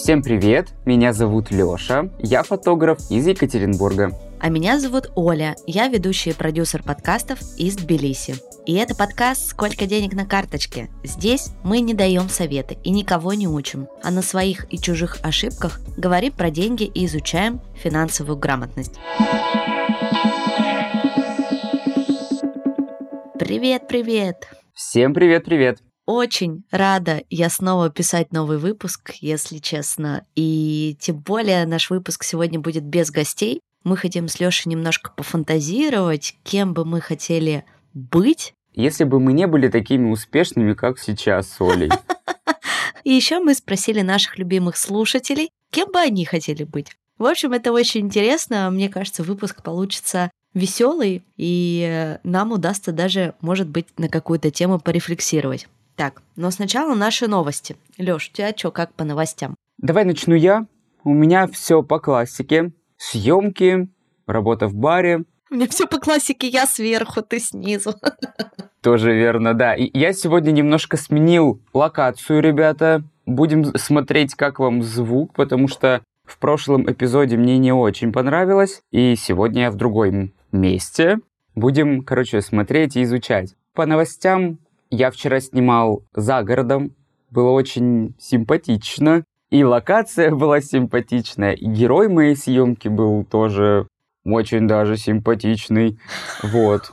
Всем привет, меня зовут Лёша, я фотограф из Екатеринбурга. А меня зовут Оля, я ведущая и продюсер подкастов из Тбилиси. И это подкаст «Сколько денег на карточке?». Здесь мы не даем советы и никого не учим, а на своих и чужих ошибках говорим про деньги и изучаем финансовую грамотность. Привет-привет! Всем привет-привет! Очень рада я снова писать новый выпуск, если честно. И тем более наш выпуск сегодня будет без гостей. Мы хотим с Лёшей немножко пофантазировать, кем бы мы хотели быть. Если бы мы не были такими успешными, как сейчас с Олей. И еще мы спросили наших любимых слушателей, кем бы они хотели быть. В общем, это очень интересно. Мне кажется, выпуск получится веселый, и нам удастся даже, может быть, на какую-то тему порефлексировать. Так, но сначала наши новости. Лёш, у тебя что, как по новостям? Давай начну я. У меня все по классике. Съемки, работа в баре. У меня все по классике, я сверху, ты снизу. Тоже верно, да. И я сегодня немножко сменил локацию, ребята. Будем смотреть, как вам звук, потому что в прошлом эпизоде мне не очень понравилось. И сегодня я в другом месте. Будем, смотреть и изучать. По новостям я вчера снимал за городом. Было очень симпатично. И локация была симпатичная. И герой моей съемки был тоже очень даже симпатичный. Вот.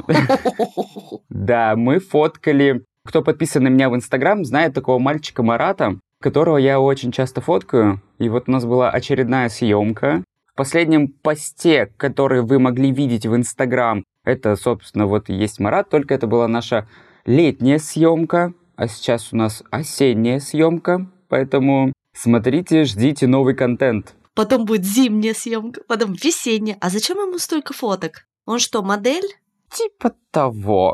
Да, мы фоткали. Кто подписан на меня в Инстаграм, знает такого мальчика Марата, которого я очень часто фоткаю. И вот у нас была очередная съемка. В последнем посте, который вы могли видеть в Инстаграм, это, собственно, вот и есть Марат, только это была наша летняя съемка, а сейчас у нас осенняя съемка, поэтому смотрите, ждите новый контент. Потом будет зимняя съемка, потом весенняя. А зачем ему столько фоток? Он что, модель? Типа того.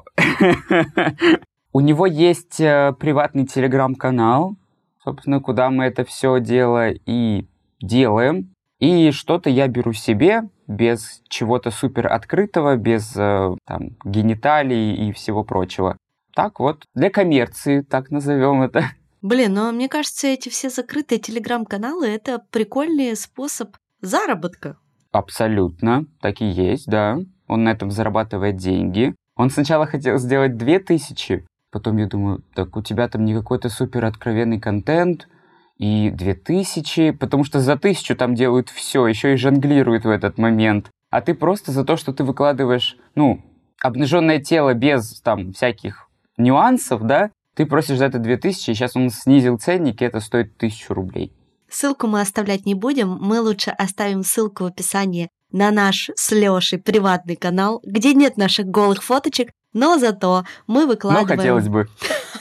У него есть приватный телеграм-канал, собственно, куда мы это все дело и делаем. И что-то я беру себе без чего-то супер открытого, без гениталий и всего прочего. Так вот, для коммерции, так назовем это. Блин, но мне кажется, эти все закрытые телеграм-каналы — это прикольный способ заработка. Абсолютно, так и есть, да. Он на этом зарабатывает деньги. Он сначала хотел сделать 2000, потом я думаю, так у тебя там не какой-то супер откровенный контент, и 2000, потому что за 1000 там делают все, еще и жонглируют в этот момент. А ты просто за то, что ты выкладываешь, обнаженное тело без там всяких нюансов, да, ты просишь за это 2000, и сейчас он снизил ценник, и это стоит 1000 рублей. Ссылку мы оставлять не будем, мы лучше оставим ссылку в описании на наш с Лёшей приватный канал, где нет наших голых фоточек, но зато мы выкладываем... Но хотелось бы.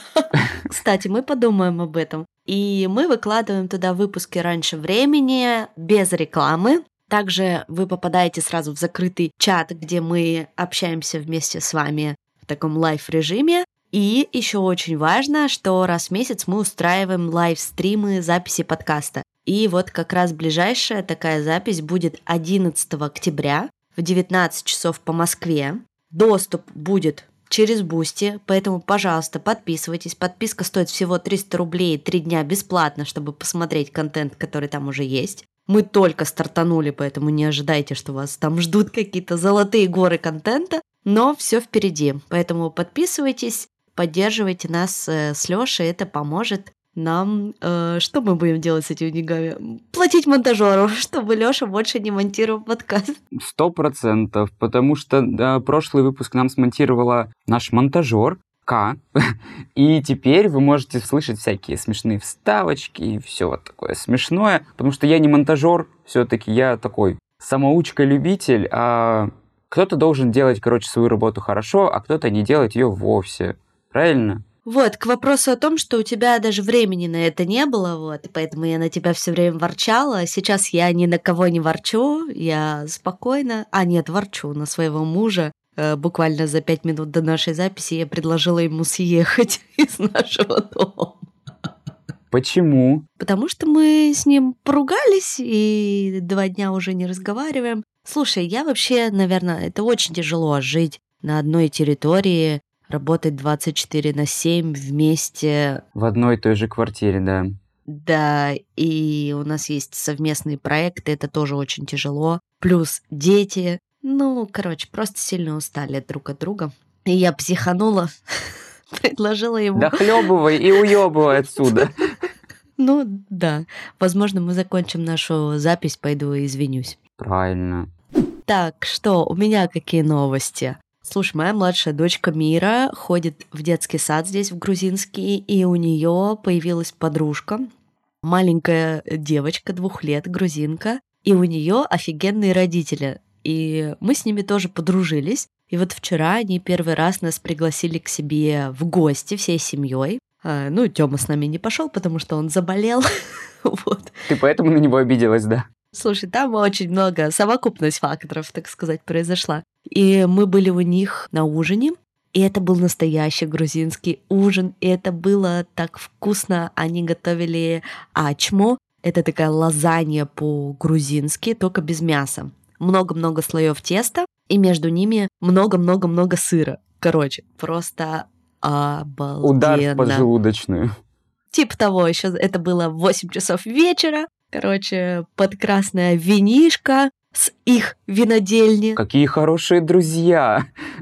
Кстати, мы подумаем об этом. И мы выкладываем туда выпуски раньше времени, без рекламы. Также вы попадаете сразу в закрытый чат, где мы общаемся вместе с вами в таком лайв-режиме. И еще очень важно, что раз в месяц мы устраиваем лайв-стримы записи подкаста. И вот как раз ближайшая такая запись будет 11 октября в 19 часов по Москве. Доступ будет через Boosty, поэтому, пожалуйста, подписывайтесь. Подписка стоит всего 300 рублей, 3 дня бесплатно, чтобы посмотреть контент, который там уже есть. Мы только стартанули, поэтому не ожидайте, что вас там ждут какие-то золотые горы контента, но все впереди. Поэтому подписывайтесь, поддерживайте нас с Лёшей, это поможет нам. Что мы будем делать с этими деньгами? Платить монтажеру, чтобы Лёша больше не монтировал подкаст. 100%, потому что прошлый выпуск нам смонтировала наш монтажер К. И теперь вы можете слышать всякие смешные вставочки и все вот такое смешное, потому что я не монтажер, все-таки я такой самоучка-любитель, а кто-то должен делать, свою работу хорошо, а кто-то не делать ее вовсе. Правильно? Вот, к вопросу о том, что у тебя даже времени на это не было, вот, и поэтому я на тебя все время ворчала. Сейчас я ни на кого не ворчу, я спокойно... ворчу на своего мужа. Буквально за 5 минут до нашей записи я предложила ему съехать из нашего дома. Почему? Потому что мы с ним поругались и 2 дня уже не разговариваем. Слушай, я вообще, наверное, это очень тяжело жить на одной территории, работать 24/7 вместе. В одной и той же квартире, да. Да, и у нас есть совместные проекты, это тоже очень тяжело. Плюс дети. Ну, короче, просто сильно устали друг от друга. И я психанула, предложила ему... Дохлёбывай и уёбывай отсюда. Ну, да. Возможно, мы закончим нашу запись, пойду и извинюсь. Правильно. Так, что, у меня какие новости? Слушай, моя младшая дочка Мира ходит в детский сад здесь, в грузинский, и у нее появилась подружка, маленькая девочка, 2 лет, грузинка, и у нее офигенные родители. И мы с ними тоже подружились. И вот вчера они первый раз нас пригласили к себе в гости всей семьей. Ну, Тёма с нами не пошел, потому что он заболел. Вот. Ты поэтому на него обиделась, да? Слушай, там очень много, совокупность факторов, так сказать, произошла. И мы были у них на ужине, и это был настоящий грузинский ужин, и это было так вкусно. Они готовили ачмо, это такая лазанья по-грузински, только без мяса. Много-много слоев теста, и между ними много-много-много сыра. Короче, просто обалденно. Удар в поджелудочную. Типа того, еще это было в 8 часов вечера. Короче, под красное винишко с их винодельни. Какие хорошие друзья.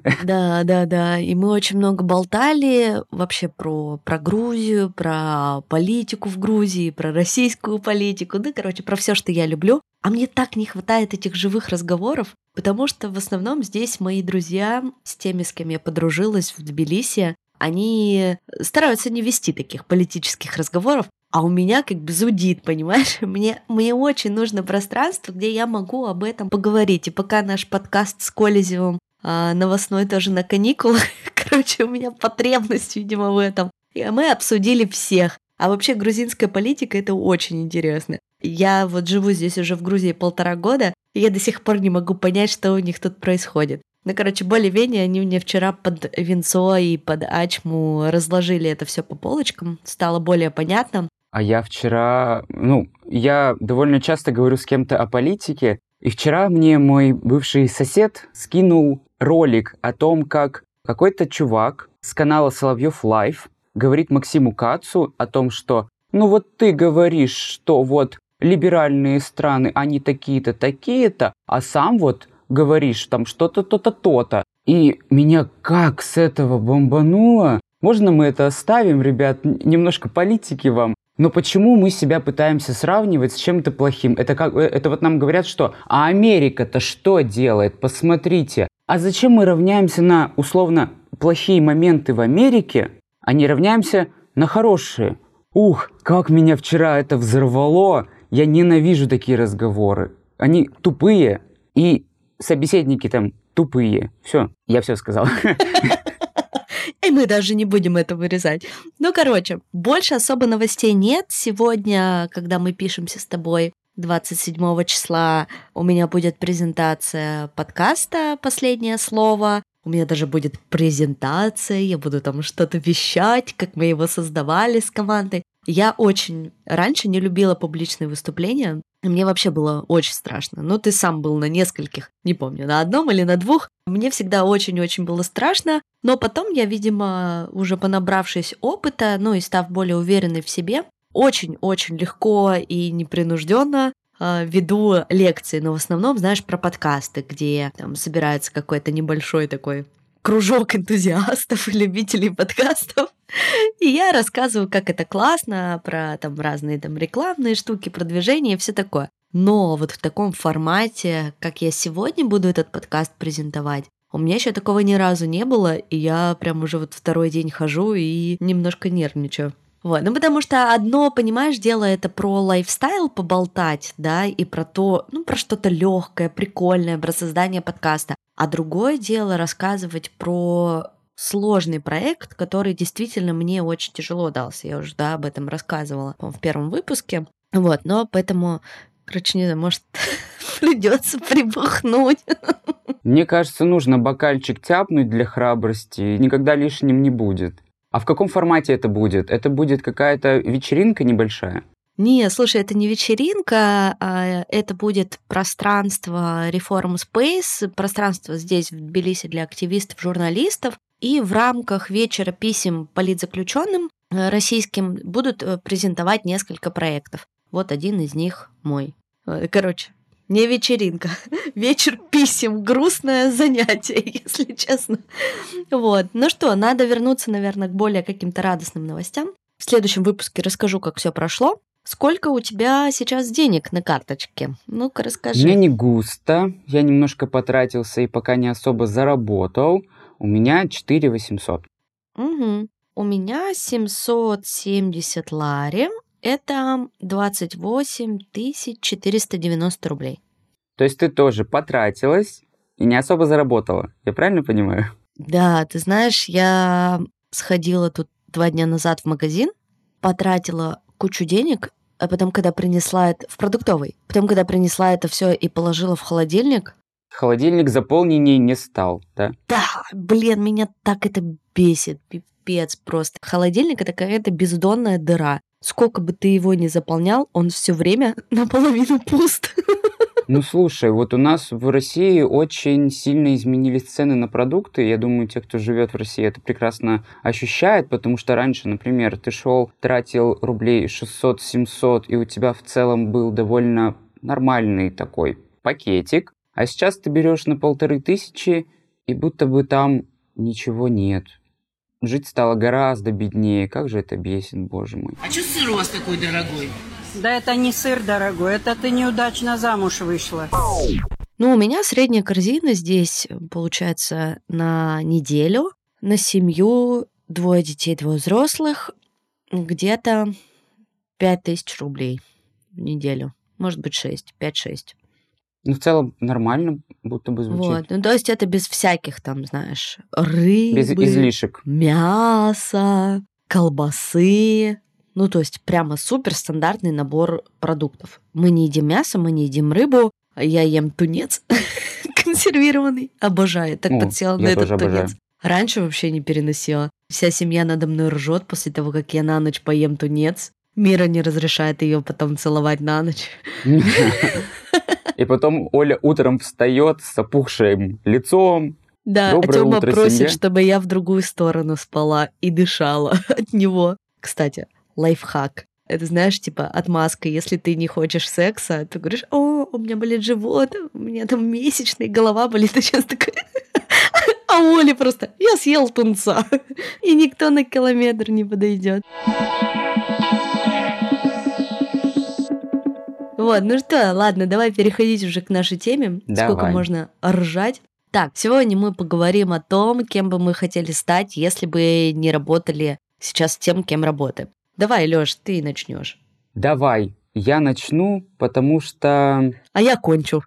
Да. И мы очень много болтали вообще про Грузию, про политику в Грузии, про российскую политику. Да, короче, про все, что я люблю. А мне так не хватает этих живых разговоров, потому что в основном здесь мои друзья, с теми, с кем я подружилась в Тбилиси, они стараются не вести таких политических разговоров, а у меня как бы зудит, понимаешь? Мне очень нужно пространство, где я могу об этом поговорить. И пока наш подкаст с Колезевым новостной тоже на каникулах, короче, у меня потребность, видимо, в этом. И мы обсудили всех. А вообще грузинская политика — это очень интересно. Я вот живу здесь уже в Грузии 1,5 года, и я до сих пор не могу понять, что у них тут происходит. Ну, короче, более-менее они мне вчера под винцо и под ачму разложили это все по полочкам, стало более понятно. А я вчера, я довольно часто говорю с кем-то о политике, и вчера мне мой бывший сосед скинул ролик о том, как какой-то чувак с канала Соловьев Лайв говорит Максиму Кацу о том, что вот ты говоришь, что вот либеральные страны, они такие-то, такие-то, а сам вот говоришь там что-то, то-то, то-то. И меня как с этого бомбануло. Можно мы это оставим, ребят? Немножко политики вам. Но почему мы себя пытаемся сравнивать с чем-то плохим? Это вот нам говорят, что «А Америка-то что делает? Посмотрите». А зачем мы равняемся на, условно, плохие моменты в Америке, а не равняемся на хорошие? Ух, как меня вчера это взорвало! Я ненавижу такие разговоры. Они тупые, и собеседники там тупые. Все, я все сказал. И мы даже не будем это вырезать. Ну, короче, больше особо новостей нет. Сегодня, когда мы пишемся с тобой, 27 числа, у меня будет презентация подкаста «Последнее слово». У меня даже будет презентация, я буду там что-то вещать, как мы его создавали с командой. Я очень раньше не любила публичные выступления. Мне вообще было очень страшно. Ну, ты сам был на нескольких, не помню, на 1 или на 2. Мне всегда очень-очень было страшно. Но потом я, видимо, уже понабравшись опыта, и став более уверенной в себе, очень-очень легко и непринужденно веду лекции, но в основном, знаешь, про подкасты, где там собирается какой-то небольшой такой кружок энтузиастов и любителей подкастов. И я рассказываю, как это классно, про там разные там рекламные штуки, продвижение и все такое. Но вот в таком формате, как я сегодня буду этот подкаст презентовать, у меня еще такого ни разу не было, и я прям уже вот 2-й день хожу и немножко нервничаю. Вот. Потому что одно, понимаешь, дело это про лайфстайл поболтать, да, и про то, про что-то легкое, прикольное, про создание подкаста. А другое дело рассказывать про сложный проект, который действительно мне очень тяжело дался. Я уже, об этом рассказывала, в 1-м выпуске. Вот, но поэтому, короче, не знаю, может, придется прибухнуть. Мне кажется, нужно бокальчик тяпнуть для храбрости, никогда лишним не будет. А в каком формате это будет? Это будет какая-то вечеринка небольшая? Не, слушай, это не вечеринка, это будет пространство Reform Space, пространство здесь, в Тбилиси, для активистов, журналистов. И в рамках вечера писем политзаключенным российским будут презентовать несколько проектов. Вот один из них мой. Короче, не вечеринка. Вечер писем. Грустное занятие, если честно. Вот. Ну что, надо вернуться, наверное, к более каким-то радостным новостям. В следующем выпуске расскажу, как все прошло. Сколько у тебя сейчас денег на карточке? Ну-ка, расскажи. Мне не густо. Я немножко потратился и пока не особо заработал. У меня 4 800. Угу. У меня 770 лари. Это 28 490 рублей. То есть ты тоже потратилась и не особо заработала. Я правильно понимаю? Да, ты знаешь, я сходила тут 2 дня назад в магазин, потратила кучу денег, а потом, когда принесла это в продуктовый, потом, когда принесла это все и положила в холодильник. Холодильник заполненней не стал, да? Да, блин, меня так это бесит, пипец просто. Холодильник — это какая-то бездонная дыра. Сколько бы ты его ни заполнял, он все время наполовину пуст. Ну, слушай, вот у нас в России очень сильно изменились цены на продукты. Я думаю, те, кто живет в России, это прекрасно ощущает, потому что раньше, например, ты шел, тратил рублей 600-700, и у тебя в целом был довольно нормальный такой пакетик, а сейчас ты берешь на 1500, и будто бы там ничего нет. Жить стало гораздо беднее. Как же это бесит, боже мой. А что сыр у вас такой дорогой? Да это не сыр дорогой, это ты неудачно замуж вышла. Ну, у меня средняя корзина здесь, получается, на неделю, на семью, 2 детей, 2 взрослых, где-то 5000 рублей в неделю. Может быть, 6, 5-6. Ну, в целом нормально, будто бы звучит. Вот, ну, то есть это без всяких там, знаешь, рыбы, Без излишек. мяса, колбасы. Ну, то есть прямо супер стандартный набор продуктов. Мы не едим мясо, мы не едим рыбу. Я ем тунец консервированный. Обожаю. Так подсела на этот тунец. Раньше вообще не переносила. Вся семья надо мной ржет после того, как я на ночь поем тунец. Мира не разрешает ее потом целовать на ночь. И потом Оля утром встает с опухшим лицом. Да, а Тёма просит, чтобы я в другую сторону спала и дышала от него. Кстати, лайфхак. Это, знаешь, типа отмазка. Если ты не хочешь секса, ты говоришь: о, у меня болит живот, у меня там месячный, голова болит. И сейчас такая... А Оля просто: я съел тунца. И никто на километр не подойдет. Вот, ну что, ладно, давай переходить уже к нашей теме. Давай. Сколько можно ржать. Так, сегодня мы поговорим о том, кем бы мы хотели стать, если бы не работали сейчас тем, кем работаем. Давай, Лёш, ты начнешь. Давай, я начну, потому что... А я кончу.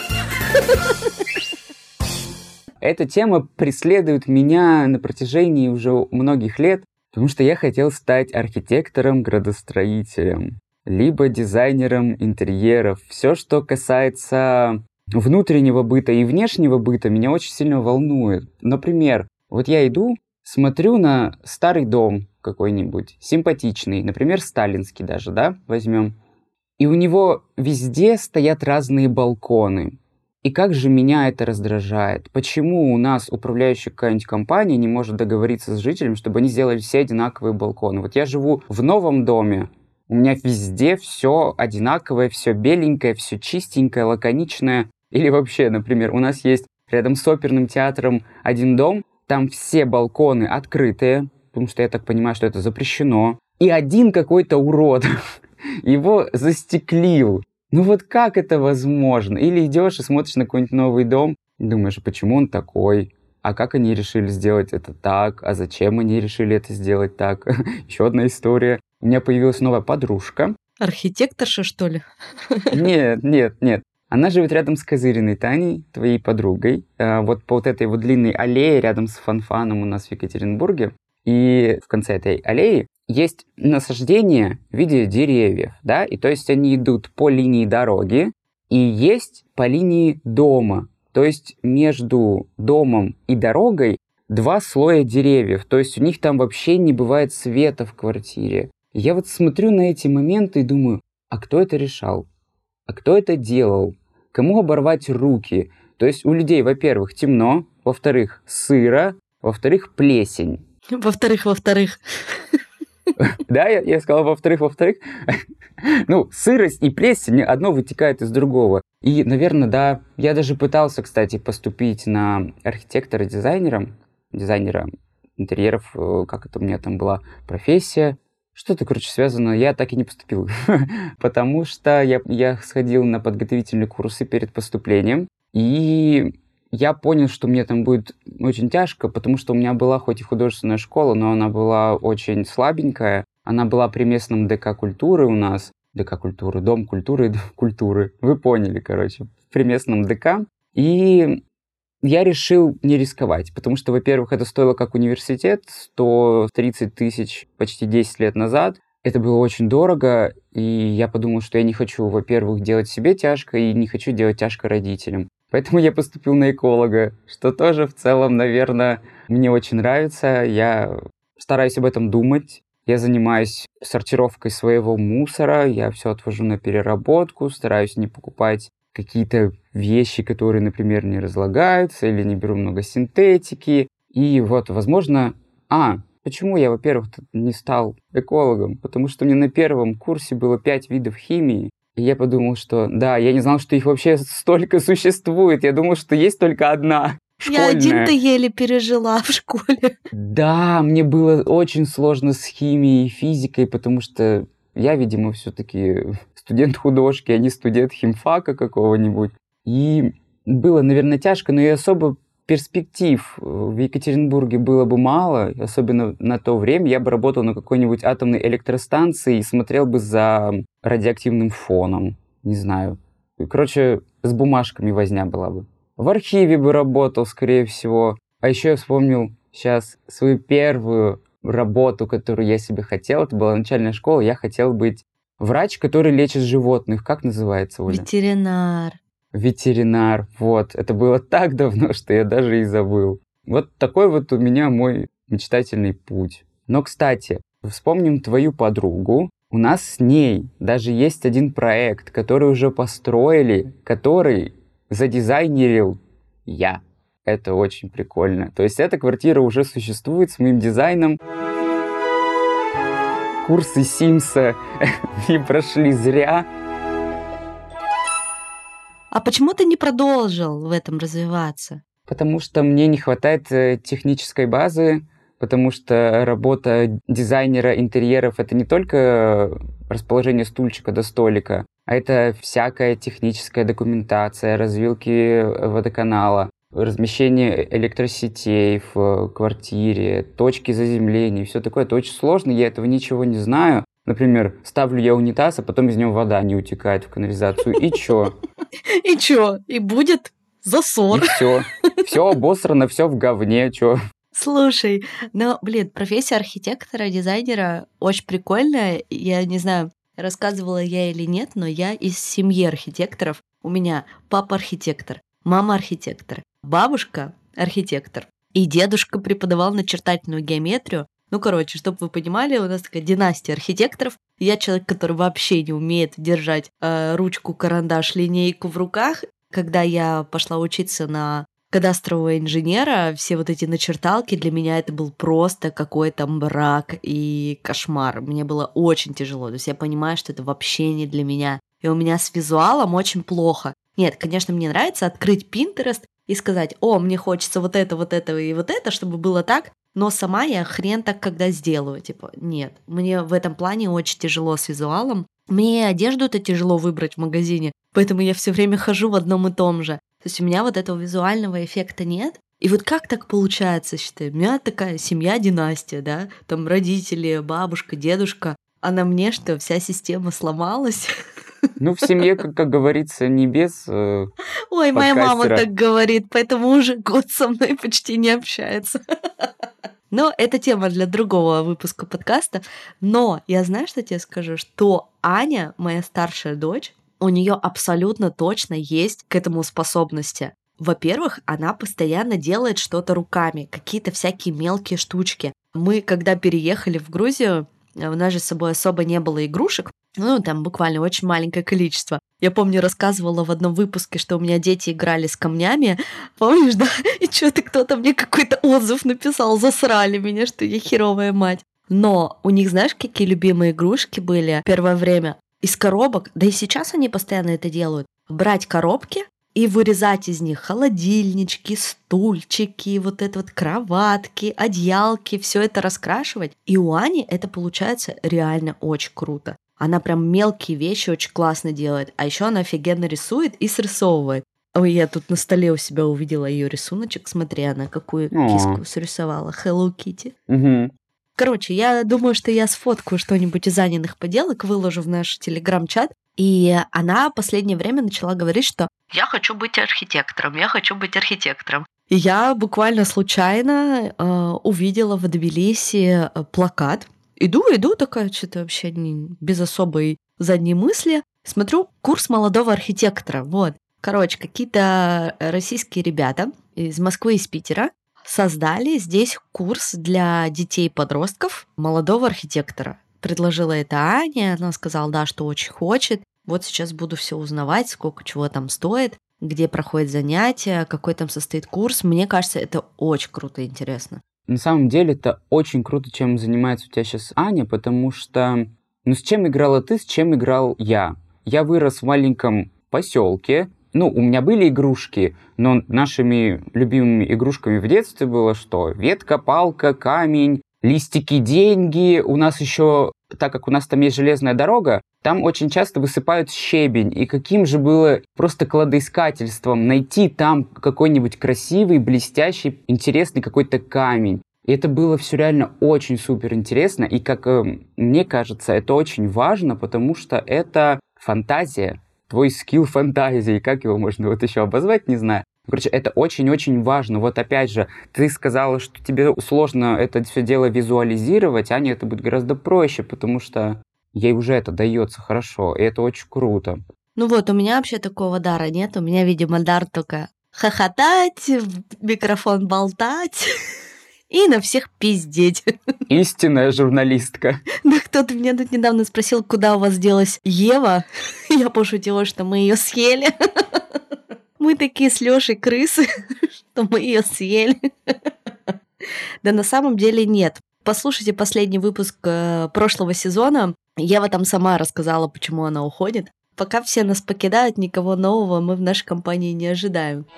Эта тема преследует меня на протяжении уже многих лет, потому что я хотел стать архитектором-градостроителем, либо дизайнером интерьеров. Все, что касается внутреннего быта и внешнего быта, меня очень сильно волнует. Например, вот я иду, смотрю на старый дом какой-нибудь, симпатичный, например, сталинский даже, да, возьмем. И у него везде стоят разные балконы. И как же меня это раздражает? Почему у нас управляющая какая-нибудь компания не может договориться с жителями, чтобы они сделали все одинаковые балконы? Вот я живу в новом доме, у меня везде все одинаковое, все беленькое, все чистенькое, лаконичное. Или вообще, например, у нас есть рядом с оперным театром один дом, там все балконы открытые, потому что я так понимаю, что это запрещено. И один какой-то урод его застеклил. Ну вот как это возможно? Или идешь и смотришь на какой-нибудь новый дом, и думаешь, почему он такой? А как они решили сделать это так? А зачем они решили это сделать так? Еще одна история. У меня появилась новая подружка. Архитекторша, что ли? Нет. Она живет рядом с Козыриной Таней, твоей подругой. Вот по вот этой вот длинной аллее рядом с Фанфаном у нас в Екатеринбурге. И в конце этой аллеи есть насаждения в виде деревьев, да? И то есть они идут по линии дороги и есть по линии дома. То есть между домом и дорогой 2 слоя деревьев. То есть у них там вообще не бывает света в квартире. Я вот смотрю на эти моменты и думаю, а кто это решал? А кто это делал? Кому оборвать руки? То есть у людей, во-первых, темно, во-вторых, сыро, во-вторых, плесень. Во-вторых. Да, я сказал во-вторых. Ну, сырость и плесень, одно вытекает из другого. И, наверное, да, я даже пытался, кстати, поступить на архитектора-дизайнера интерьеров, как это у меня там была профессия. Что-то, короче, связано, я так и не поступил, потому что я сходил на подготовительные курсы перед поступлением, и я понял, что мне там будет очень тяжко, потому что у меня была хоть и художественная школа, но она была очень слабенькая, она была при местном ДК культуры у нас, ДК культуры, Дом культуры, культуры, вы поняли, короче, при местном ДК, и я решил не рисковать, потому что, во-первых, это стоило как университет, 130 тысяч почти 10 лет назад. Это было очень дорого, и я подумал, что я не хочу, во-первых, делать себе тяжко, и не хочу делать тяжко родителям. Поэтому я поступил на эколога, что тоже в целом, наверное, мне очень нравится. Я стараюсь об этом думать. Я занимаюсь сортировкой своего мусора, я все отвожу на переработку, стараюсь не покупать какие-то вещи, которые, например, не разлагаются, или не беру много синтетики. И вот, возможно... почему я, во-первых, не стал экологом? Потому что мне на первом курсе было 5 видов химии. И я подумал, что... Да, я не знал, что их вообще столько существует. Я думал, что есть только одна. Школьная. Я один-то еле пережила в школе. Да, мне было очень сложно с химией и физикой, потому что я, видимо, все-таки студент художки, а не студент химфака какого-нибудь. И было, наверное, тяжко, но и особо перспектив в Екатеринбурге было бы мало, особенно на то время. Я бы работал на какой-нибудь атомной электростанции и смотрел бы за радиоактивным фоном. Не знаю. Короче, с бумажками возня была бы. В архиве бы работал, скорее всего. А еще я вспомнил сейчас свою первую работу, которую я себе хотел. Это была начальная школа. Я хотел быть врач, который лечит животных. Как называется, Оля? Ветеринар, вот. Это было так давно, что я даже и забыл. Вот такой вот у меня мой мечтательный путь. Но, кстати, вспомним твою подругу. У нас с ней даже есть один проект, который уже построили, который задизайнерил я. Это очень прикольно. То есть эта квартира уже существует с моим дизайном. Курсы Симса не прошли зря. А почему ты не продолжил в этом развиваться? Потому что мне не хватает технической базы, потому что работа дизайнера интерьеров — это не только расположение стульчика до столика, а это всякая техническая документация, развилки водоканала, размещение электросетей в квартире, точки заземления, все такое. Это очень сложно, я этого ничего не знаю. Например, ставлю я унитаз, а потом из него вода не утекает в канализацию. И чё? И чё? И будет засор. И все. Все обосрано, все в говне, чё? Слушай, профессия архитектора, дизайнера очень прикольная. Я не знаю, рассказывала я или нет, но я из семьи архитекторов. У меня папа архитектор, мама архитектор, бабушка архитектор. И дедушка преподавал начертательную геометрию. Чтобы вы понимали, у нас такая династия архитекторов. Я человек, который вообще не умеет держать ручку, карандаш, линейку в руках. Когда я пошла учиться на кадастрового инженера, все вот эти начерталки, для меня это был просто какой-то мрак и кошмар. Мне было очень тяжело. То есть я понимаю, что это вообще не для меня. И у меня с визуалом очень плохо. Нет, конечно, мне нравится открыть Pinterest и сказать: мне хочется вот это и вот это, чтобы было так. Но сама я хрен так когда сделаю. Нет, мне в этом плане очень тяжело с визуалом. Мне и одежду-то тяжело выбрать в магазине, поэтому я все время хожу в одном и том же. То есть у меня вот этого визуального эффекта нет. И вот как так получается, считай? У меня такая семья-династия, да? Там родители, бабушка, дедушка. А на мне что, вся система сломалась? В семье, как говорится, не без Ой, моя мама так говорит, поэтому уже год со мной почти не общается. Но это тема для другого выпуска подкаста. Но я знаю, что тебе скажу, что Аня, моя старшая дочь, у нее абсолютно точно есть к этому способности. Во-первых, она постоянно делает что-то руками, какие-то всякие мелкие штучки. Мы, когда переехали в Грузию, у нас же с собой особо не было игрушек, там буквально очень маленькое количество. Я помню, рассказывала в одном выпуске, что у меня дети играли с камнями. Помнишь, да? И что-то кто-то мне какой-то отзыв написал, засрали меня, что я херовая мать. Но у них, знаешь, какие любимые игрушки были первое время? Из коробок, да и сейчас они постоянно это делают, брать коробки и вырезать из них холодильнички, стульчики, вот это вот кроватки, одеялки, все это раскрашивать. И у Ани это получается реально очень круто. Она прям мелкие вещи очень классно делает. А еще она офигенно рисует и срисовывает. Ой, я тут на столе у себя увидела ее рисуночек. Смотри, она какую киску срисовала. Hello Kitty. Мгм. Короче, я думаю, что я сфоткаю что-нибудь из Аниных поделок, выложу в наш телеграм-чат. И она последнее время начала говорить, что «я хочу быть архитектором, я хочу быть архитектором». И я буквально случайно увидела в Тбилиси плакат. Иду, такая что-то вообще без особой задней мысли. Смотрю, курс молодого архитектора. Вот. Короче, какие-то российские ребята из Москвы и из Питера создали здесь курс для детей-подростков молодого архитектора. Предложила это Аня, она сказала, да, что очень хочет. Вот сейчас буду все узнавать, сколько чего там стоит, где проходят занятия, какой там состоит курс. Мне кажется, это очень круто и интересно. На самом деле это очень круто, чем занимается у тебя сейчас Аня, потому что, с чем играла ты, с чем играл я? Я вырос в маленьком поселке. У меня были игрушки, но нашими любимыми игрушками в детстве было что? Ветка, палка, камень, листики, деньги. У нас еще, так как у нас там есть железная дорога, там очень часто высыпают щебень. И каким же было просто кладоискательством найти там какой-нибудь красивый, блестящий, интересный какой-то камень. И это было все реально очень супер интересно. И, как мне кажется, это очень важно, потому что это фантазия. Твой скилл фантазии, как его можно еще обозвать, не знаю. Короче, это очень-очень важно. Вот опять же, ты сказала, что тебе сложно это все дело визуализировать, Ане это будет гораздо проще, потому что ей уже это дается хорошо, и это очень круто. У меня вообще такого дара нет. У меня, видимо, дар только хохотать, в микрофон болтать и на всех пиздеть. Истинная журналистка. Да кто-то меня тут недавно спросил, куда у вас делась Ева. Я пошутила, что мы ее съели. Мы такие с Лешей крысы, что мы ее съели. Да на самом деле нет. Послушайте последний выпуск прошлого сезона. Ева там сама рассказала, почему она уходит. Пока все нас покидают, никого нового мы в нашей компании не ожидаем.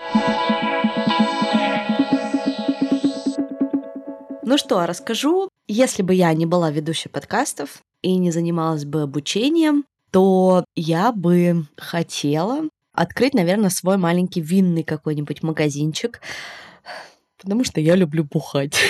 Ну что, расскажу. Если бы я не была ведущей подкастов и не занималась бы обучением, то я бы хотела открыть, наверное, свой маленький винный какой-нибудь магазинчик, потому что я люблю бухать.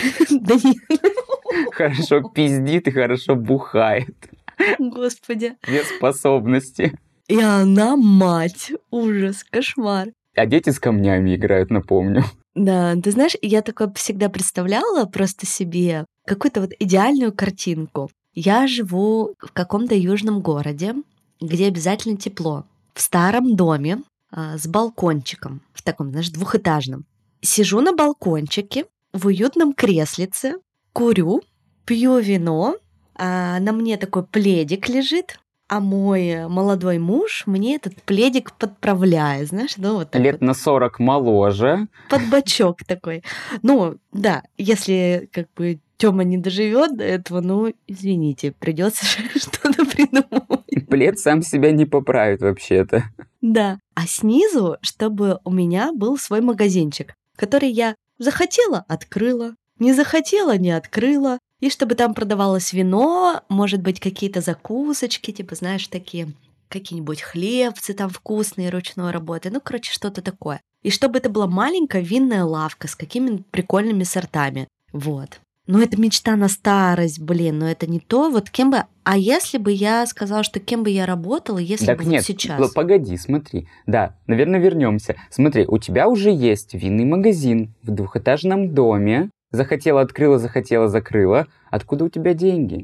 Хорошо пиздит и хорошо бухает. Господи. Две способности. И она мать. Ужас, кошмар. А дети с камнями играют, напомню. Да, ты знаешь, я такое всегда представляла просто себе какую-то вот идеальную картинку. Я живу в каком-то южном городе, где обязательно тепло. В старом доме с балкончиком, в таком, знаешь, двухэтажном. Сижу на балкончике в уютном креслице, курю, пью вино, а на мне такой пледик лежит, а мой молодой муж мне этот пледик подправляет, знаешь, вот так лет вот. На 40 моложе. Под бочок такой. Да, если Тёма не доживет до этого, извините, придется что-то придумать. Плед сам себя не поправит вообще-то. Да. А снизу, чтобы у меня был свой магазинчик, который я захотела — открыла, не захотела — не открыла. И чтобы там продавалось вино, может быть, какие-то закусочки, знаешь, такие какие-нибудь хлебцы там вкусные ручной работы. Что-то такое. И чтобы это была маленькая винная лавка с какими-то прикольными сортами. Вот. Это мечта на старость, это не то. Вот кем бы... А если бы я сказала, что кем бы я работала, если так бы нет, сейчас? Погоди, смотри. Да, наверное, вернемся. Смотри, у тебя уже есть винный магазин в двухэтажном доме. Захотела — открыла, захотела — закрыла. Откуда у тебя деньги?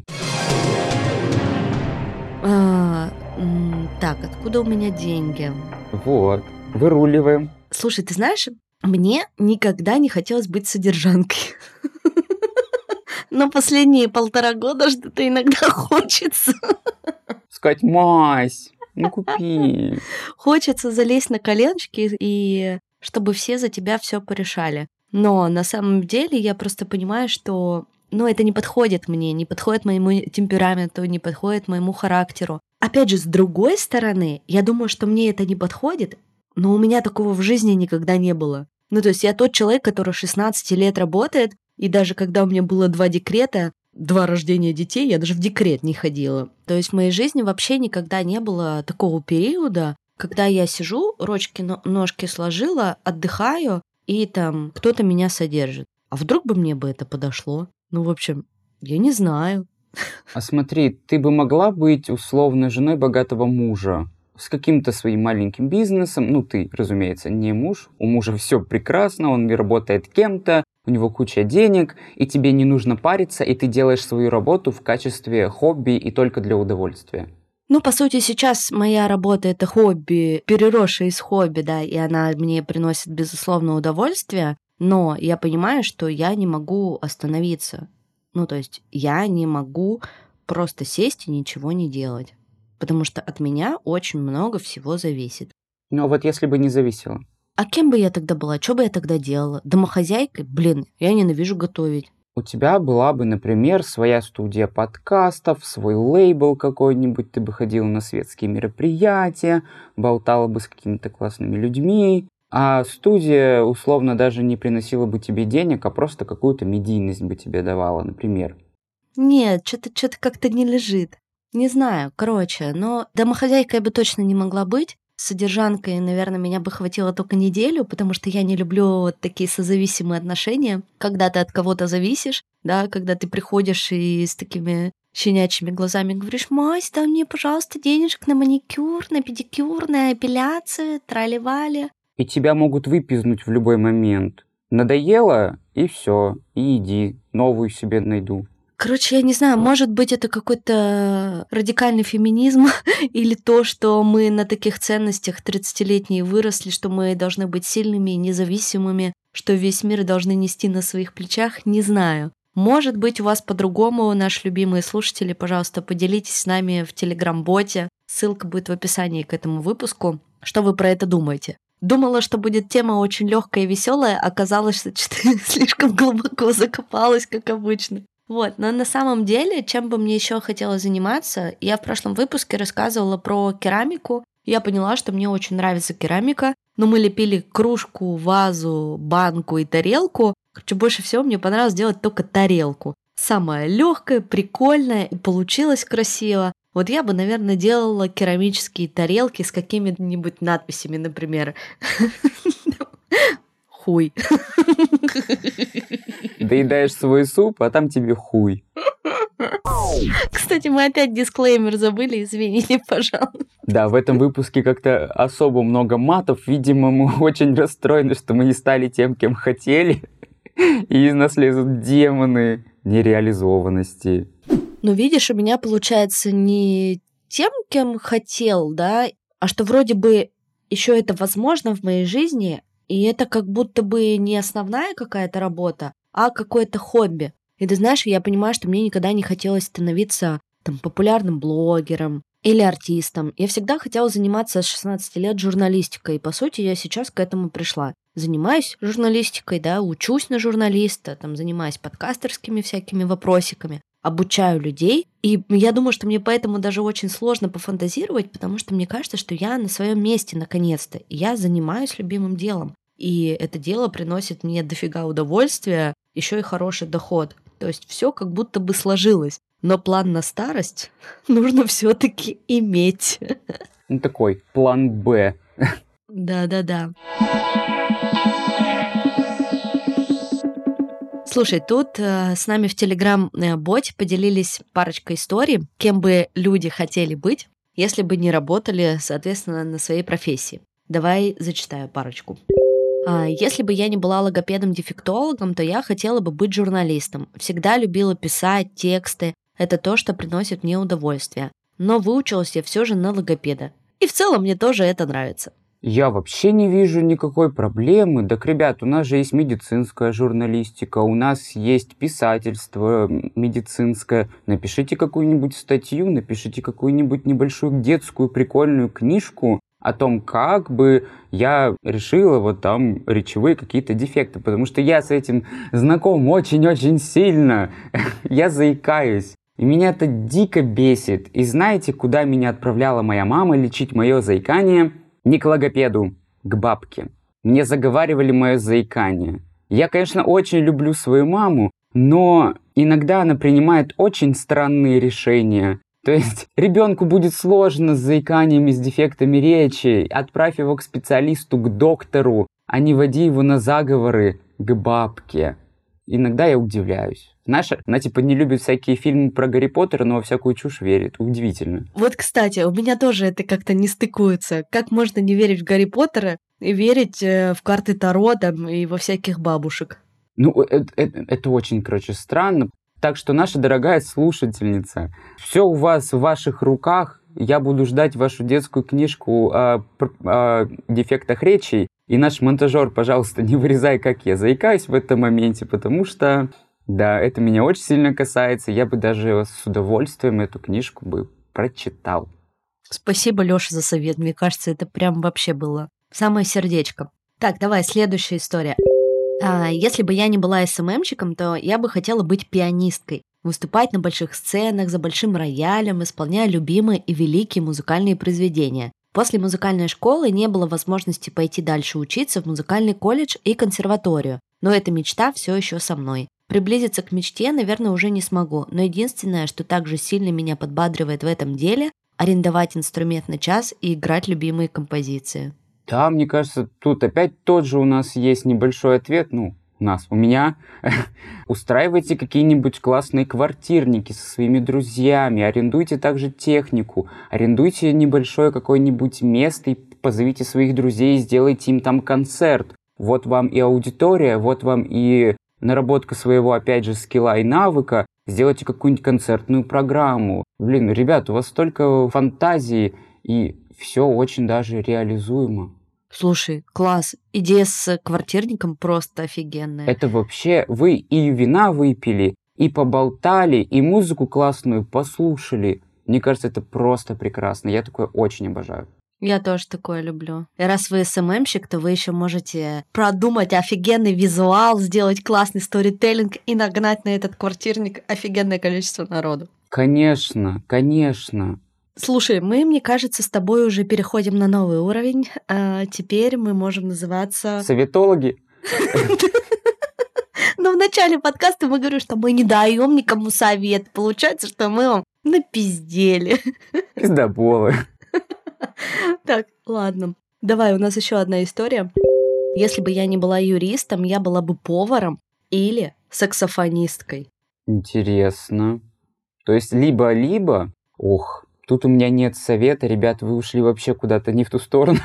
Так, откуда у меня деньги? Вот, выруливаем. Слушай, ты знаешь, мне никогда не хотелось быть содержанкой. Но последние 1,5 года что-то иногда хочется. Сказать: Мась, купи. Хочется залезть на коленочки и чтобы все за тебя все порешали. Но на самом деле я просто понимаю, что ну, это не подходит мне, не подходит моему темпераменту, не подходит моему характеру. Опять же, с другой стороны, я думаю, что мне это не подходит, но у меня такого в жизни никогда не было. Ну, то есть я тот человек, который 16 лет работает, и даже когда у меня было 2 декрета, 2 рождения детей, я даже в декрет не ходила. То есть в моей жизни вообще никогда не было такого периода, когда я сижу, ручки-ножки сложила, отдыхаю, и там кто-то меня содержит. А вдруг бы мне бы это подошло? Ну, в общем, я не знаю. А смотри, ты бы могла быть условно женой богатого мужа с каким-то своим маленьким бизнесом. Ну, ты, разумеется, не муж. У мужа все прекрасно, он работает кем-то, у него куча денег, и тебе не нужно париться, и ты делаешь свою работу в качестве хобби и только для удовольствия. Ну, по сути, сейчас моя работа — это хобби, переросшее из хобби, да, и она мне приносит, безусловно, удовольствие, но я понимаю, что я не могу остановиться. Ну, то есть я не могу просто сесть и ничего не делать, потому что от меня очень много всего зависит. Ну, а вот если бы не зависело? А кем бы я тогда была? Что бы я тогда делала? Домохозяйкой? Блин, я ненавижу готовить. У тебя была бы, например, своя студия подкастов, свой лейбл какой-нибудь, ты бы ходила на светские мероприятия, болтала бы с какими-то классными людьми, а студия условно даже не приносила бы тебе денег, а просто какую-то медийность бы тебе давала, например. Нет, что-то как-то не лежит. Не знаю, короче, но домохозяйкой я бы точно не могла быть. Содержанкой, наверное, меня бы хватило только неделю, потому что я не люблю вот такие созависимые отношения, когда ты от кого-то зависишь, да, когда ты приходишь и с такими щенячьими глазами говоришь: «Мась, дай мне, пожалуйста, денежек на маникюр, на педикюр, на эпиляцию, трали-вали». И тебя могут выпизнуть в любой момент. Надоело, и все, и иди, новую себе найду. Короче, я не знаю, может быть, это какой-то радикальный феминизм или то, что мы на таких ценностях 30-летние выросли, что мы должны быть сильными и независимыми, что весь мир должны нести на своих плечах, не знаю. Может быть, у вас по-другому, наши любимые слушатели, пожалуйста, поделитесь с нами в Телеграм-боте. Ссылка будет в описании к этому выпуску. Что вы про это думаете? Думала, что будет тема очень легкая и веселая, оказалось, что что-то слишком глубоко закопалась, как обычно. Вот, но на самом деле, чем бы мне еще хотелось заниматься, я в прошлом выпуске рассказывала про керамику. Я поняла, что мне очень нравится керамика, но мы лепили кружку, вазу, банку и тарелку. Короче, больше всего мне понравилось делать только тарелку. Самая легкая, прикольная, и получилось красиво. Вот я бы, наверное, делала керамические тарелки с какими-нибудь надписями, например. Хуй. Доедаешь свой суп, а там тебе хуй. Кстати, мы опять дисклеймер забыли, извините, пожалуйста. Да, в этом выпуске как-то особо много матов. Видимо, мы очень расстроены, что мы не стали тем, кем хотели. И из нас лезут демоны нереализованности. Но видишь, у меня получается не тем, кем хотел, да, а что вроде бы еще это возможно в моей жизни, и это как будто бы не основная какая-то работа, а какое-то хобби. И ты знаешь, я понимаю, что мне никогда не хотелось становиться там популярным блогером или артистом. Я всегда хотела заниматься с 16 лет журналистикой, и по сути я сейчас к этому пришла. Занимаюсь журналистикой, да, учусь на журналиста, там занимаюсь подкастерскими всякими вопросиками, обучаю людей. И я думаю, что мне поэтому даже очень сложно пофантазировать, потому что мне кажется, что я на своем месте наконец-то. И я занимаюсь любимым делом. И это дело приносит мне дофига удовольствия, еще и хороший доход. То есть все как будто бы сложилось. Но план на старость нужно все-таки иметь. Ну, такой план «Б». Да-да-да. Слушай, тут с нами в Телеграм-боте поделились парочкой историй, кем бы люди хотели быть, если бы не работали, соответственно, на своей профессии. Давай зачитаю парочку. Если бы я не была логопедом-дефектологом, то я хотела бы быть журналистом. Всегда любила писать тексты. Это то, что приносит мне удовольствие. Но выучилась я все же на логопеда. И в целом мне тоже это нравится. Я вообще не вижу никакой проблемы. Так, ребят, у нас же есть медицинская журналистика, у нас есть писательство медицинское. Напишите какую-нибудь статью, напишите какую-нибудь небольшую детскую прикольную книжку, о том, как бы я решила вот там речевые какие-то дефекты, потому что я с этим знаком очень-очень сильно. Я заикаюсь. И меня это дико бесит. И знаете, куда меня отправляла моя мама лечить мое заикание? Не к логопеду, к бабке. Мне заговаривали мое заикание. Я, конечно, очень люблю свою маму, но иногда она принимает очень странные решения. То есть ребенку будет сложно с заиканиями, с дефектами речи. Отправь его к специалисту, к доктору, а не води его на заговоры к бабке. Иногда я удивляюсь. Знаешь, она типа не любит всякие фильмы про Гарри Поттера, но во всякую чушь верит. Удивительно. Вот, кстати, у меня тоже это как-то не стыкуется. Как можно не верить в Гарри Поттера и верить в карты Таро там, и во всяких бабушек? Ну, это очень, короче, странно. Так что, наша дорогая слушательница, все у вас в ваших руках. Я буду ждать вашу детскую книжку о дефектах речи. И наш монтажер, пожалуйста, не вырезай, как я заикаюсь в этом моменте, потому что, да, это меня очень сильно касается. Я бы даже с удовольствием эту книжку бы прочитал. Спасибо, Лёша, за совет. Мне кажется, это прям вообще было самое сердечко. Так, давай, следующая история. Если бы я не была СММщиком, то я бы хотела быть пианисткой, выступать на больших сценах, за большим роялем, исполняя любимые и великие музыкальные произведения. После музыкальной школы не было возможности пойти дальше учиться в музыкальный колледж и консерваторию, но эта мечта все еще со мной. Приблизиться к мечте, наверное, уже не смогу, но единственное, что также сильно меня подбадривает в этом деле – арендовать инструмент на час и играть любимые композиции. Да, мне кажется, тут опять тот же у нас есть небольшой ответ. У меня. Устраивайте какие-нибудь классные квартирники со своими друзьями, арендуйте также технику, арендуйте небольшое какое-нибудь место и позовите своих друзей, сделайте им там концерт. Вот вам и аудитория, вот вам и наработка своего, опять же, скилла и навыка. Сделайте какую-нибудь концертную программу. Блин, ребят, у вас столько фантазии, и все очень даже реализуемо. Слушай, класс. Идея с квартирником просто офигенная. Это вообще вы и вина выпили, и поболтали, и музыку классную послушали. Мне кажется, это просто прекрасно. Я такое очень обожаю. Я тоже такое люблю. И раз вы СММщик, то вы еще можете продумать офигенный визуал, сделать классный сторителлинг и нагнать на этот квартирник офигенное количество народу. Конечно, конечно. Слушай, мы, мне кажется, с тобой уже переходим на новый уровень. Теперь мы можем называться... Советологи. Но в начале подкаста мы говорим, что мы не даем никому совет. Получается, что мы вам напиздели. Пиздоболы. Так, ладно. Давай, у нас еще одна история. Если бы я не была юристом, я была бы поваром или саксофонисткой. Интересно. То есть либо-либо... Ох, тут у меня нет совета, ребята, вы ушли вообще куда-то не в ту сторону.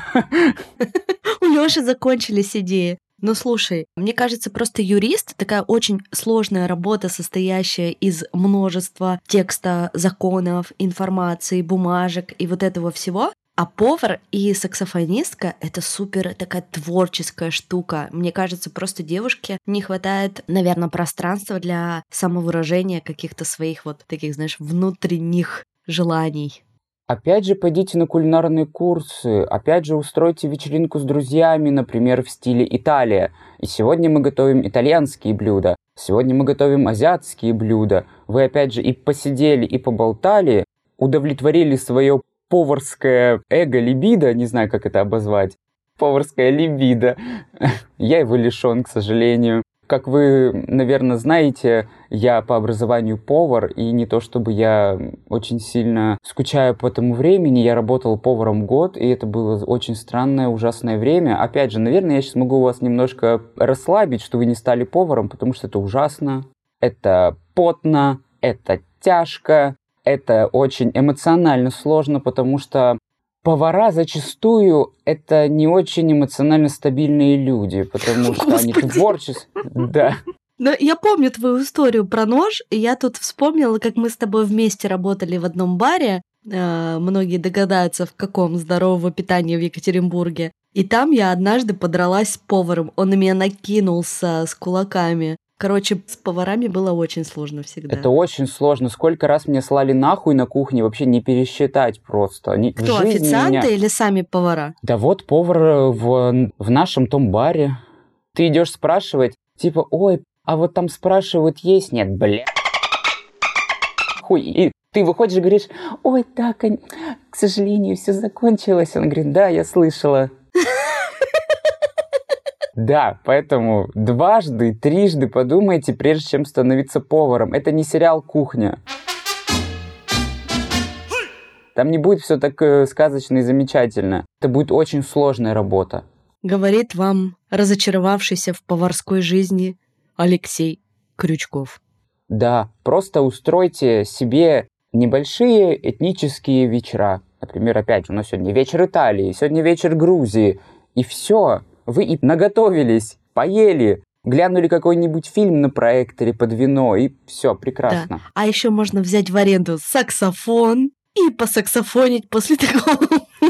У Лёши закончились идеи. Ну, слушай, мне кажется, просто юрист — такая очень сложная работа, состоящая из множества текста, законов, информации, бумажек и вот этого всего. А повар и саксофонистка — это супер такая творческая штука. Мне кажется, просто девушке не хватает, наверное, пространства для самовыражения каких-то своих вот таких, знаешь, внутренних желаний. Опять же, пойдите на кулинарные курсы, опять же, устройте вечеринку с друзьями, например, в стиле Италия. И сегодня мы готовим итальянские блюда, сегодня мы готовим азиатские блюда. Вы, опять же, и посидели, и поболтали, удовлетворили свое поварское эго-либидо, не знаю, как это обозвать. Поварское либидо. Я его лишен, к сожалению. Как вы, наверное, знаете, я по образованию повар, и не то чтобы я очень сильно скучаю по этому времени. Я работал поваром год, и это было очень странное, ужасное время. Опять же, наверное, я сейчас могу вас немножко расслабить, что вы не стали поваром, потому что это ужасно, это потно, это тяжко, это очень эмоционально сложно, потому что повара зачастую это не очень эмоционально стабильные люди, потому что они творческие. Да. Но я помню твою историю про нож, и я тут вспомнила, как мы с тобой вместе работали в одном баре. Многие догадаются, в каком здорового питания в Екатеринбурге. И там я однажды подралась с поваром. Он на меня накинулся с кулаками. Короче, с поварами было очень сложно всегда. Это очень сложно. Сколько раз меня слали нахуй на кухне, вообще не пересчитать просто. Кто, официанты или сами повара? Да вот повар в нашем том баре. Ты идешь спрашивать, типа, ой, а вот там спрашивают, есть? Нет, бля. Хуй. И ты выходишь и говоришь, ой, так, к сожалению, все закончилось. Он говорит, да, я слышала. Да, поэтому дважды, трижды подумайте, прежде чем становиться поваром. Это не сериал «Кухня». Там не будет все так сказочно и замечательно. Это будет очень сложная работа. Говорит вам разочаровавшийся в поварской жизни Алексей Крючков. Да, просто устройте себе небольшие этнические вечера. Например, опять же, у нас сегодня вечер Италии, сегодня вечер Грузии. И все. Вы и наготовились, поели, глянули какой-нибудь фильм на проекторе под вино, и все, прекрасно. Да. А еще можно взять в аренду саксофон и посаксофонить после такого.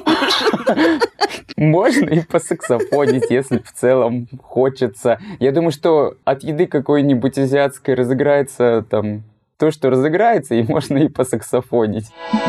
Можно и посаксофонить, если в целом хочется. Я думаю, что от еды какой-нибудь азиатской разыграется там то, что разыграется, и можно и посаксофонить.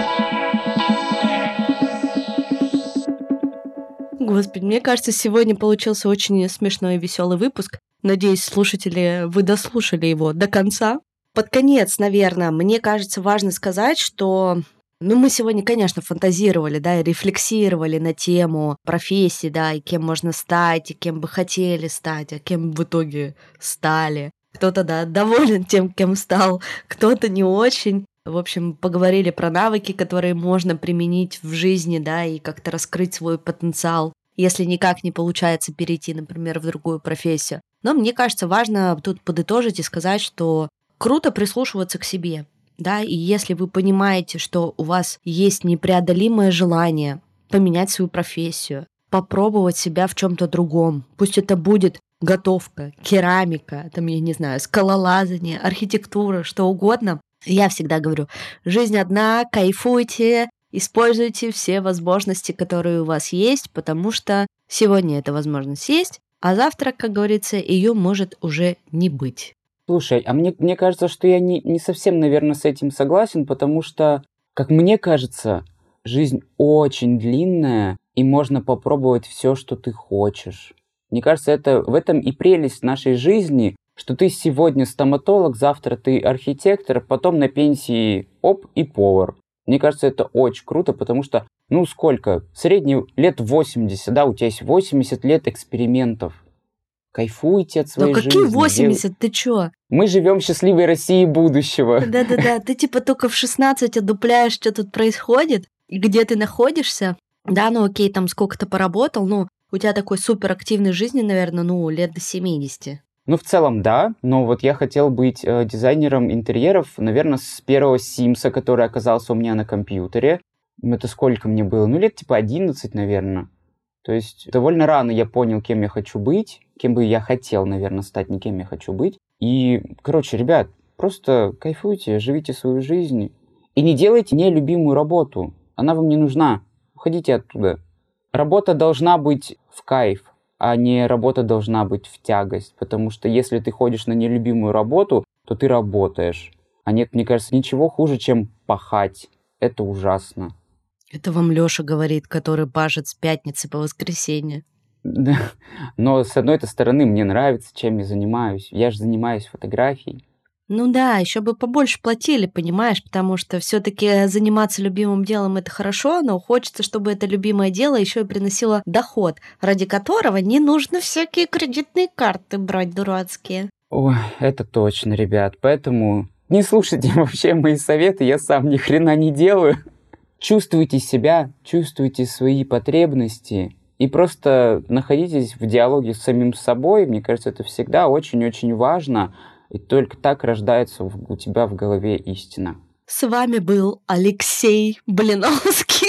Господи, мне кажется, сегодня получился очень смешной и веселый выпуск. Надеюсь, слушатели, вы дослушали его до конца. Под конец, наверное, мне кажется, важно сказать, что мы сегодня, конечно, фантазировали, да, и рефлексировали на тему профессии, да, и кем можно стать, и кем бы хотели стать, а кем в итоге стали. Кто-то, да, доволен тем, кем стал, кто-то не очень. В общем, поговорили про навыки, которые можно применить в жизни, да, и как-то раскрыть свой потенциал, если никак не получается перейти, например, в другую профессию. Но мне кажется, важно тут подытожить и сказать, что круто прислушиваться к себе, да, и если вы понимаете, что у вас есть непреодолимое желание поменять свою профессию, попробовать себя в чем-то другом, пусть это будет готовка, керамика, там, я не знаю, скалолазание, архитектура, что угодно, я всегда говорю, жизнь одна, кайфуйте, используйте все возможности, которые у вас есть, потому что сегодня эта возможность есть, а завтра, как говорится, ее может уже не быть. Слушай, а мне кажется, что я не совсем, наверное, с этим согласен, потому что, как мне кажется, жизнь очень длинная, и можно попробовать все, что ты хочешь. Мне кажется, в этом и прелесть нашей жизни, что ты сегодня стоматолог, завтра ты архитектор, потом на пенсии оп и повар. Мне кажется, это очень круто, потому что, сколько? Средний лет 80, да, у тебя есть 80 лет экспериментов. Кайфуйте от своей жизни. Да какие 80? Ты чё? Мы живем в счастливой России будущего. Да-да-да, ты типа только в 16 одупляешь, что тут происходит, и где ты находишься. Да, окей, там сколько-то поработал, у тебя такой суперактивной жизни, наверное, лет до 70. В целом, да, но вот я хотел быть дизайнером интерьеров, наверное, с первого Симса, который оказался у меня на компьютере. Это сколько мне было? Лет 11, наверное. То есть довольно рано я понял, кем я хочу быть, кем бы я хотел, наверное, стать, не кем я хочу быть. И, ребят, просто кайфуйте, живите свою жизнь. И не делайте нелюбимую работу. Она вам не нужна. Уходите оттуда. Работа должна быть в кайф, а не работа должна быть в тягость. Потому что если ты ходишь на нелюбимую работу, то ты работаешь. А нет, мне кажется, ничего хуже, чем пахать. Это ужасно. Это вам Лёша говорит, который пашет с пятницы по воскресенье. Да. Но с одной стороны мне нравится, чем я занимаюсь. Я же занимаюсь фотографией. Да, еще бы побольше платили, понимаешь, потому что все-таки заниматься любимым делом это хорошо, но хочется, чтобы это любимое дело еще и приносило доход, ради которого не нужно всякие кредитные карты брать дурацкие. Ой, это точно, ребят. Поэтому не слушайте вообще мои советы, я сам ни хрена не делаю. Чувствуйте себя, чувствуйте свои потребности и просто находитесь в диалоге с самим собой. Мне кажется, это всегда очень-очень важно. И только так рождается у тебя в голове истина. С вами был Алексей Блиновский.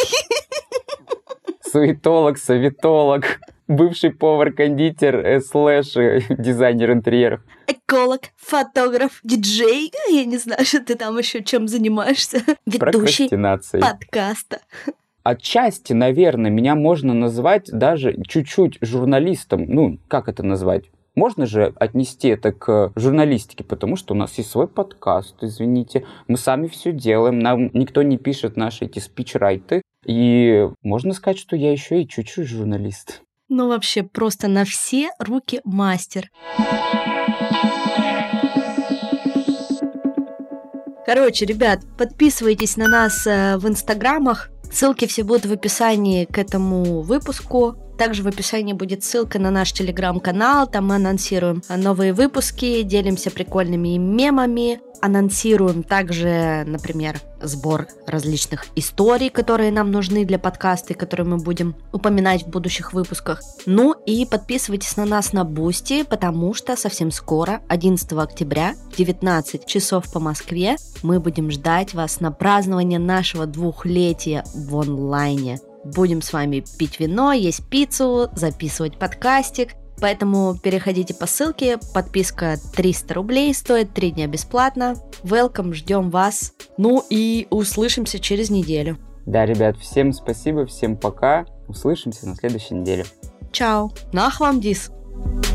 Суетолог, советолог, бывший повар-кондитер / дизайнер интерьеров. Эколог, фотограф, диджей. Я не знаю, что ты там еще чем занимаешься. Ведущий подкаста. Отчасти, наверное, меня можно назвать даже чуть-чуть журналистом. Как это назвать? можно же отнести это к журналистике, потому что у нас есть свой подкаст, извините. Мы сами все делаем, нам никто не пишет наши эти спичрайты. И можно сказать, что я еще и чуть-чуть журналист. Ну, вообще, просто на все руки мастер. Короче, ребят, подписывайтесь на нас в инстаграмах. Ссылки все будут в описании к этому выпуску. Также в описании будет ссылка на наш телеграм-канал. Там мы анонсируем новые выпуски, делимся прикольными мемами. Анонсируем также, например, сбор различных историй, которые нам нужны для подкаста и которые мы будем упоминать в будущих выпусках. Ну и подписывайтесь на нас на Boosty, потому что совсем скоро, 11 октября, 19 часов по Москве, мы будем ждать вас на празднование нашего 2-летия в онлайне. Будем с вами пить вино, есть пиццу, записывать подкастик. Поэтому переходите по ссылке, подписка 300 рублей стоит, 3 дня бесплатно. Welcome, ждем вас. Ну и услышимся через неделю. Да, ребят, всем спасибо, всем пока. Услышимся на следующей неделе. Чао. Нах вам дис.